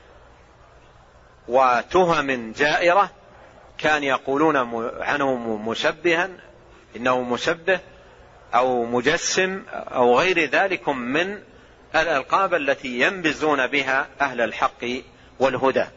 وتهم جائرة. كان يقولون عنه مشبها، إنه مشبه أو مجسم أو غير ذلك من الألقاب التي ينبزون بها أهل الحق والهدى.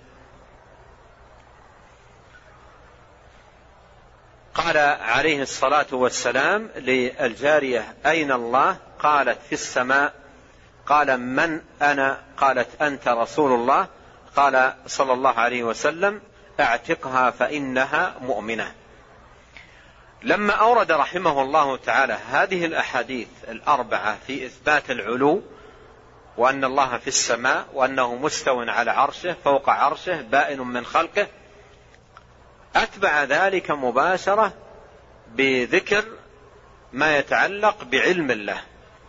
قال عليه الصلاة والسلام للجارية: أين الله؟ قالت: في السماء. قال: من أنا؟ قالت: أنت رسول الله. قال صلى الله عليه وسلم: اعتقها فإنها مؤمنة. لما أورد رحمه الله تعالى هذه الأحاديث الأربعة في إثبات العلو، وأن الله في السماء، وأنه مستو على عرشه فوق عرشه بائن من خلقه، أتبع ذلك مباشرة بذكر ما يتعلق بعلم الله،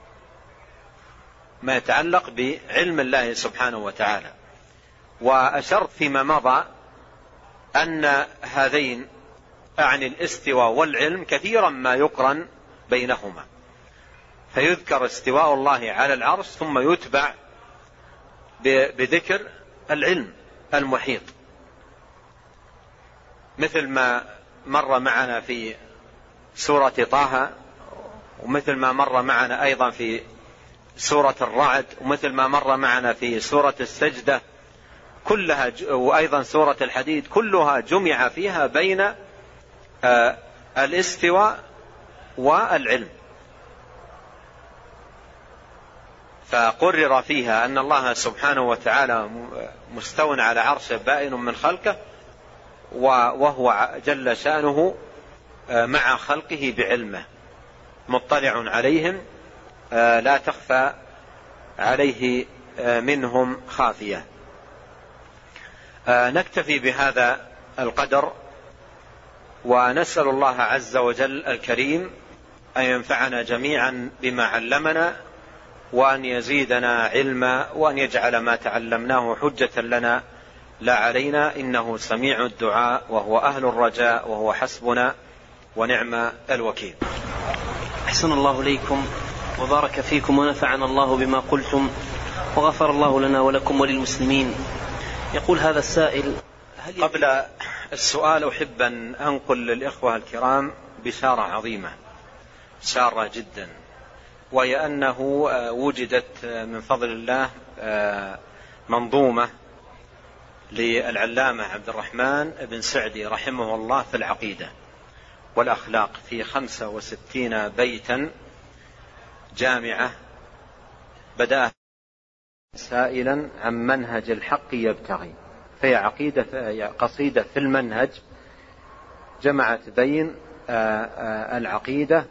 ما يتعلق بعلم الله سبحانه وتعالى. وأشرت فيما مضى أن هذين أعني الاستواء والعلم كثيرا ما يقرن بينهما، فيذكر استواء الله على العرش ثم يتبع بذكر العلم المحيط، مثل ما مر معنا في سورة طه، ومثل ما مر معنا أيضا في سورة الرعد، ومثل ما مر معنا في سورة السجدة كلها، وأيضا سورة الحديد، كلها جمع فيها بين الاستواء والعلم، فقرر فيها أن الله سبحانه وتعالى مستو على عرشه بائن من خلقه، وهو جل شأنه مع خلقه بعلمه مطلع عليهم لا تخفى عليه منهم خافية. نكتفي بهذا القدر، ونسأل الله عز وجل الكريم أن ينفعنا جميعا بما علمنا، وأن يزيدنا علما، وأن يجعل ما تعلمناه حجة لنا لا علينا، إنه سميع الدعاء وهو أهل الرجاء وهو حسبنا ونعم الوكيل. أحسن الله إليكم وبارك فيكم ونفعنا الله بما قلتم وغفر الله لنا ولكم وللمسلمين. يقول هذا السائل: قبل السؤال أحب أن أنقل للإخوة الكرام بشارة عظيمة، سارة جدا، وهي أنه وجدت من فضل الله منظومة للعلامة عبد الرحمن بن سعدي رحمه الله في العقيدة والأخلاق في 65 بيتا جامعة، بدأ سائلا عن منهج الحق يبتغي، فهي قصيدة في المنهج جمعت بين العقيدة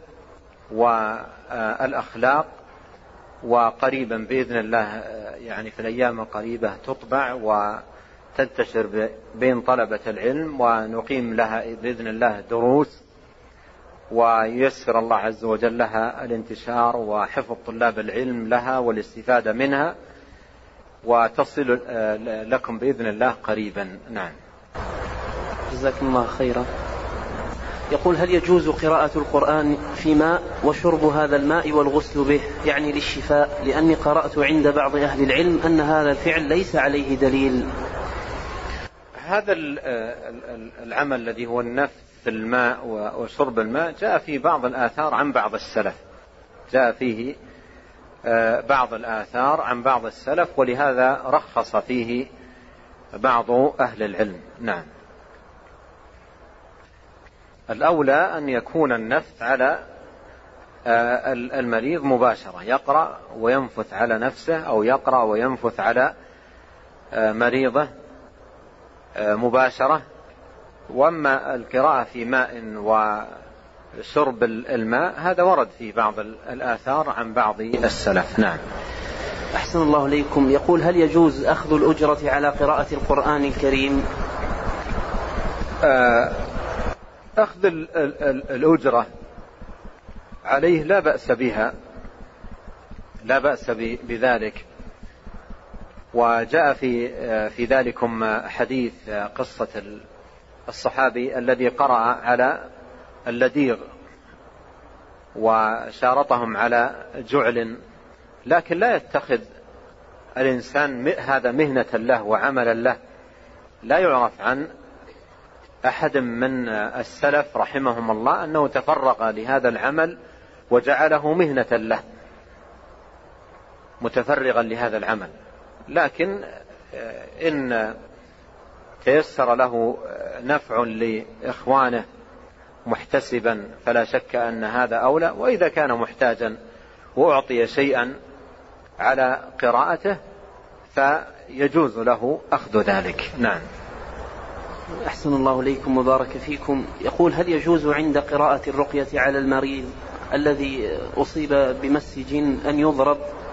والأخلاق، وقريبا بإذن الله يعني في الأيام القريبة تطبع وتنتشر بين طلبة العلم، ونقيم لها بإذن الله دروس، وييسر الله عز وجل لها الانتشار وحفظ طلاب العلم لها والاستفادة منها، وتصل لكم بإذن الله قريبا. نعم. جزاكم الله خيرا. يقول: هل يجوز قراءة القرآن في ماء وشرب هذا الماء والغسل به، يعني للشفاء؟ لأني قرأت عند بعض أهل العلم أن هذا الفعل ليس عليه دليل. هذا العمل الذي هو النفث في الماء وشرب الماء جاء في بعض الآثار عن بعض السلف، جاء فيه بعض الآثار عن بعض السلف، ولهذا رخص فيه بعض أهل العلم. نعم. الأولى أن يكون النفث على المريض مباشرة، يقرأ وينفث على نفسه، أو يقرأ وينفث على مريضه مباشرة. وأما القراءة في ماء وشرب الماء هذا ورد في بعض الآثار عن بعض السلف. نعم. أحسن الله إليكم. يقول: هل يجوز أخذ الأجرة على قراءة القرآن الكريم؟ أخذ الأجرة عليه لا بأس بها، لا بأس بذلك، وجاء في ذلكم حديث قصة الصحابي الذي قرأ على اللديغ وشارطهم على جعل، لكن لا يتخذ الإنسان هذا مهنة له وعملا له. لا يعرف عن أحد من السلف رحمهم الله أنه تفرغ لهذا العمل وجعله مهنة له، متفرغا لهذا العمل، لكن إن تيسر له نفع لإخوانه محتسبا فلا شك أن هذا أولى، وإذا كان محتاجا وأعطي شيئا على قراءته فيجوز له أخذ ذلك. نعم. أحسن الله إليكم وبارك فيكم. يقول: هل يجوز عند قراءة الرقية على المريض الذي أصيب بمس جن أن يضرب؟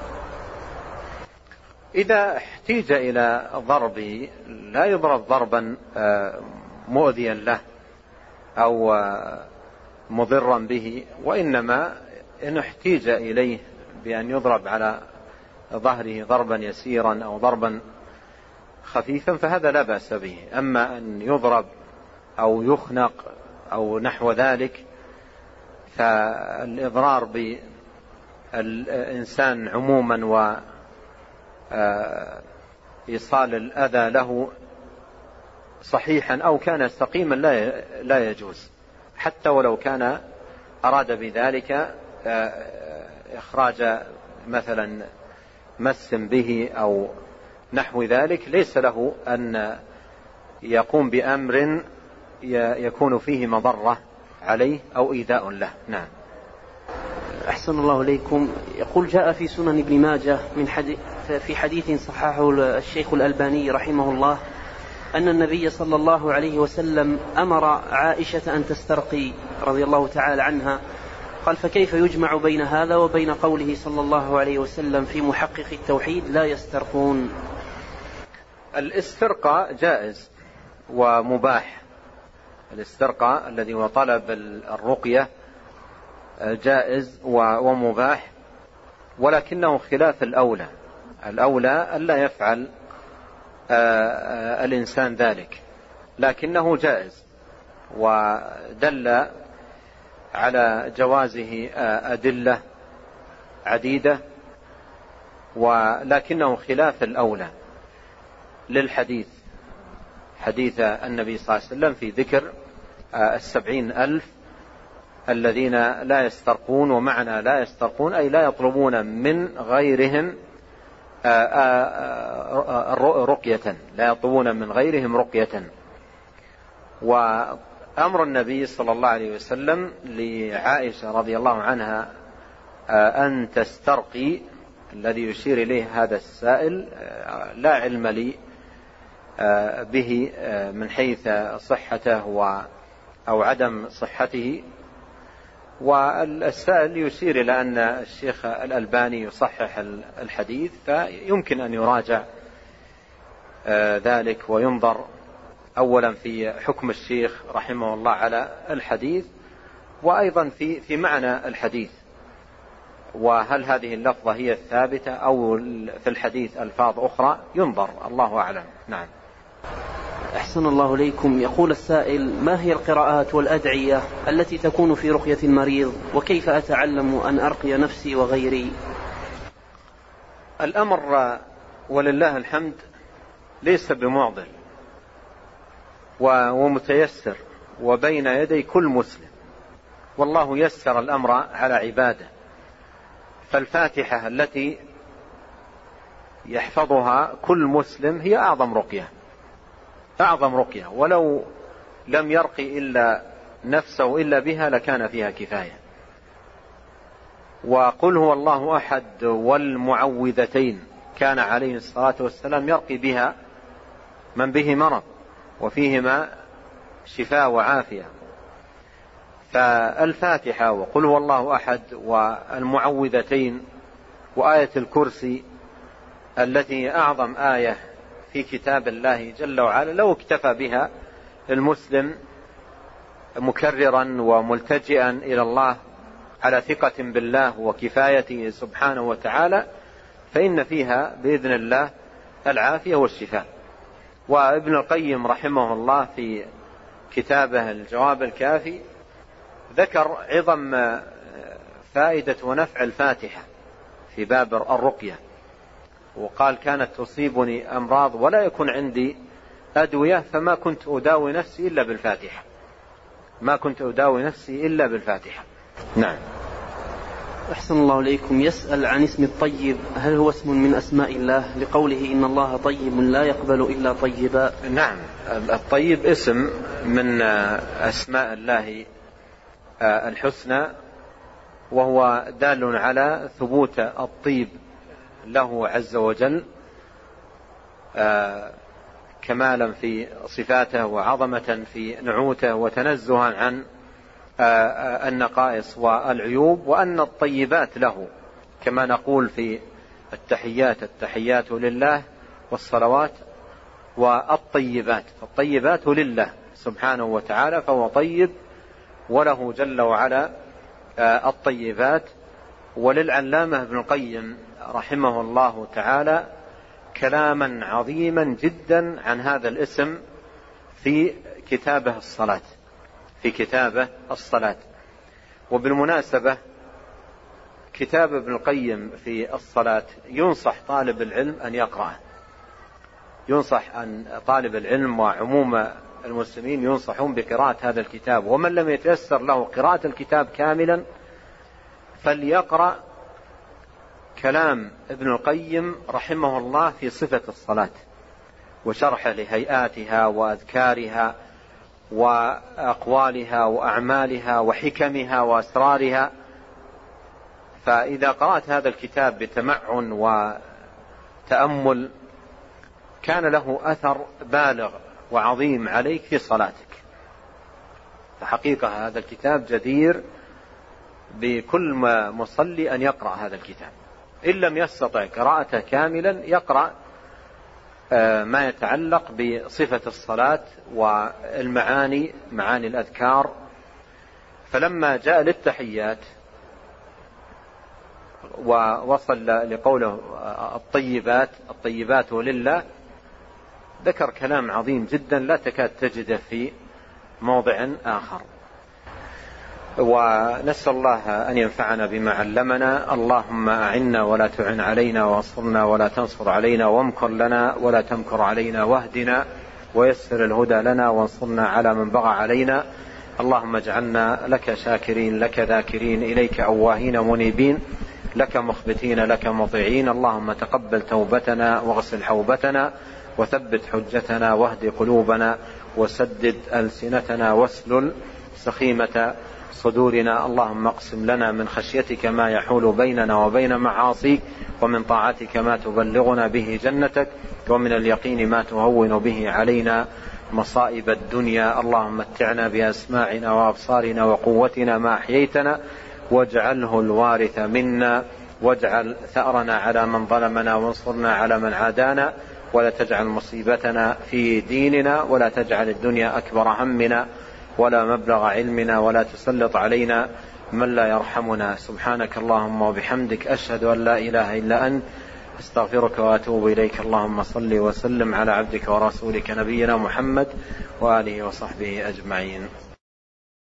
إذا احتيج إلى ضربه لا يضرب ضربا مؤذيا له أو مضرا به، وإنما إن احتيج إليه بأن يضرب على ظهره ضربا يسيرا أو ضربا خفيفا فهذا لا بأس به. أما أن يضرب أو يخنق أو نحو ذلك فالإضرار بالإنسان عموما وإيصال الأذى له صحيحا أو كان سقيما لا يجوز، حتى ولو كان أراد بذلك إخراج مثلا مس به أو نحو ذلك، ليس له أن يقوم بأمر يكون فيه مضرة عليه أو إيذاء له. نعم. أحسن الله إليكم. يقول: جاء في سنن ابن ماجه في حديث صححه الشيخ الألباني رحمه الله أن النبي صلى الله عليه وسلم أمر عائشة أن تسترقي رضي الله تعالى عنها. قال: فكيف يجمع بين هذا وبين قوله صلى الله عليه وسلم في محقق التوحيد: لا يسترقون؟ الاسترقاء جائز ومباح. الاسترقاء الذي هو طلب الرقية جائز ومباح، ولكنه خلاف الأولى. الأولى ألا يفعل الإنسان ذلك، لكنه جائز، ودل على جوازه أدلة عديدة، ولكنه خلاف الأولى للحديث، حديث النبي صلى الله عليه وسلم في ذكر 70,000 الذين لا يسترقون. ومعنى لا يسترقون أي لا يطلبون من غيرهم رقية، لا يطلبون من غيرهم رقية. وأمر النبي صلى الله عليه وسلم لعائشة رضي الله عنها أن تسترقي، الذي يشير إليه هذا السائل لا علم لي به من حيث صحته أو عدم صحته، والسائل يشير إلى أن الشيخ الألباني يصحح الحديث، فيمكن أن يراجع ذلك وينظر أولا في حكم الشيخ رحمه الله على الحديث، وأيضا في معنى الحديث، وهل هذه اللفظة هي الثابتة أو في الحديث ألفاظ أخرى، ينظر، الله أعلم. نعم. أحسن الله إليكم. يقول السائل: ما هي القراءات والأدعية التي تكون في رقية المريض، وكيف أتعلم أن أرقي نفسي وغيري؟ الأمر ولله الحمد ليس بمعضل ومتيسر وبين يدي كل مسلم، والله يسر الأمر على عباده. فالفاتحة التي يحفظها كل مسلم هي أعظم رقية، ولو لم يرقي إلا نفسه إلا بها لكان فيها كفاية. وقل هو الله أحد والمعوذتين كان عليه الصلاة والسلام يرقي بها من به مرض وفيهما شفاء وعافية. فالفاتحة وقل هو الله أحد والمعوذتين وآية الكرسي التي أعظم آية في كتاب الله جل وعلا، لو اكتفى بها المسلم مكررا وملتجئا إلى الله على ثقة بالله وكفايته سبحانه وتعالى، فإن فيها بإذن الله العافية والشفاء. وابن القيم رحمه الله في كتابه الجواب الكافي ذكر عظم فائدة ونفع الفاتحة في باب الرقية، وقال: كانت تصيبني أمراض ولا يكون عندي أدوية فما كنت أداوي نفسي إلا بالفاتحة. نعم. أحسن الله إليكم. يسأل عن اسم الطيب، هل هو اسم من أسماء الله لقوله إن الله طيب لا يقبل إلا طيبا؟ نعم، الطيب اسم من أسماء الله الحسنى، وهو دال على ثبوت الطيب له عز وجل كمالا في صفاته وعظمة في نعوته وتنزها عن النقائص والعيوب، وأن الطيبات له كما نقول في التحيات لله والصلوات والطيبات لله سبحانه وتعالى، فهو طيب وله جل وعلا الطيبات. وللعلامة ابن القيم رحمه الله تعالى كلاما عظيما جدا عن هذا الاسم في كتابه الصلاة. وبالمناسبة كتاب ابن القيم في الصلاة ينصح طالب العلم أن يقرأه، ينصح أن طالب العلم وعموم المسلمين ينصحون بقراءة هذا الكتاب، ومن لم يتيسر له قراءة الكتاب كاملا فليقرأ كلام ابن القيم رحمه الله في صفة الصلاة وشرحه لهيئاتها وأذكارها وأقوالها وأعمالها وحكمها وأسرارها. فإذا قرأت هذا الكتاب بتمعن وتأمل كان له أثر بالغ وعظيم عليك في صلاتك. فحقيقة هذا الكتاب جدير بكل مصلي أن يقرأ هذا الكتاب، إن لم يستطع قراءته كاملا يقرأ ما يتعلق بصفة الصلاة والمعاني، معاني الأذكار. فلما جاء للتحيات ووصل لقوله الطيبات لله ذكر كلام عظيم جدا لا تكاد تجده في موضع آخر. ونسأل الله أن ينفعنا بما علمنا. اللهم أعنا ولا تعن علينا، وانصرنا ولا تنصر علينا، وامكر لنا ولا تمكر علينا، واهدنا ويسر الهدى لنا، وانصرنا على من بغى علينا. اللهم اجعلنا لك شاكرين، لك ذاكرين، إليك أواهين منيبين، لك مخبتين، لك مطيعين. اللهم تقبل توبتنا واغسل حوبتنا وثبت حجتنا واهد قلوبنا وسدد ألسنتنا واسلل سخيمة صدورنا. اللهم اقسم لنا من خشيتك ما يحول بيننا وبين معاصيك، ومن طاعتك ما تبلغنا به جنتك، ومن اليقين ما تهون به علينا مصائب الدنيا. اللهم متعنا بأسماعنا وأبصارنا وقوتنا ما أحييتنا، واجعله الوارث منا، واجعل ثأرنا على من ظلمنا، وانصرنا على من عادانا، ولا تجعل مصيبتنا في ديننا، ولا تجعل الدنيا أكبر همنا ولا مبلغ علمنا، ولا تسلط علينا من لا يرحمنا. سبحانك اللهم وبحمدك، أشهد أن لا إله إلا أنت، استغفرك وأتوب إليك. اللهم صل وسلم على عبدك ورسولك نبينا محمد وآله وصحبه أجمعين.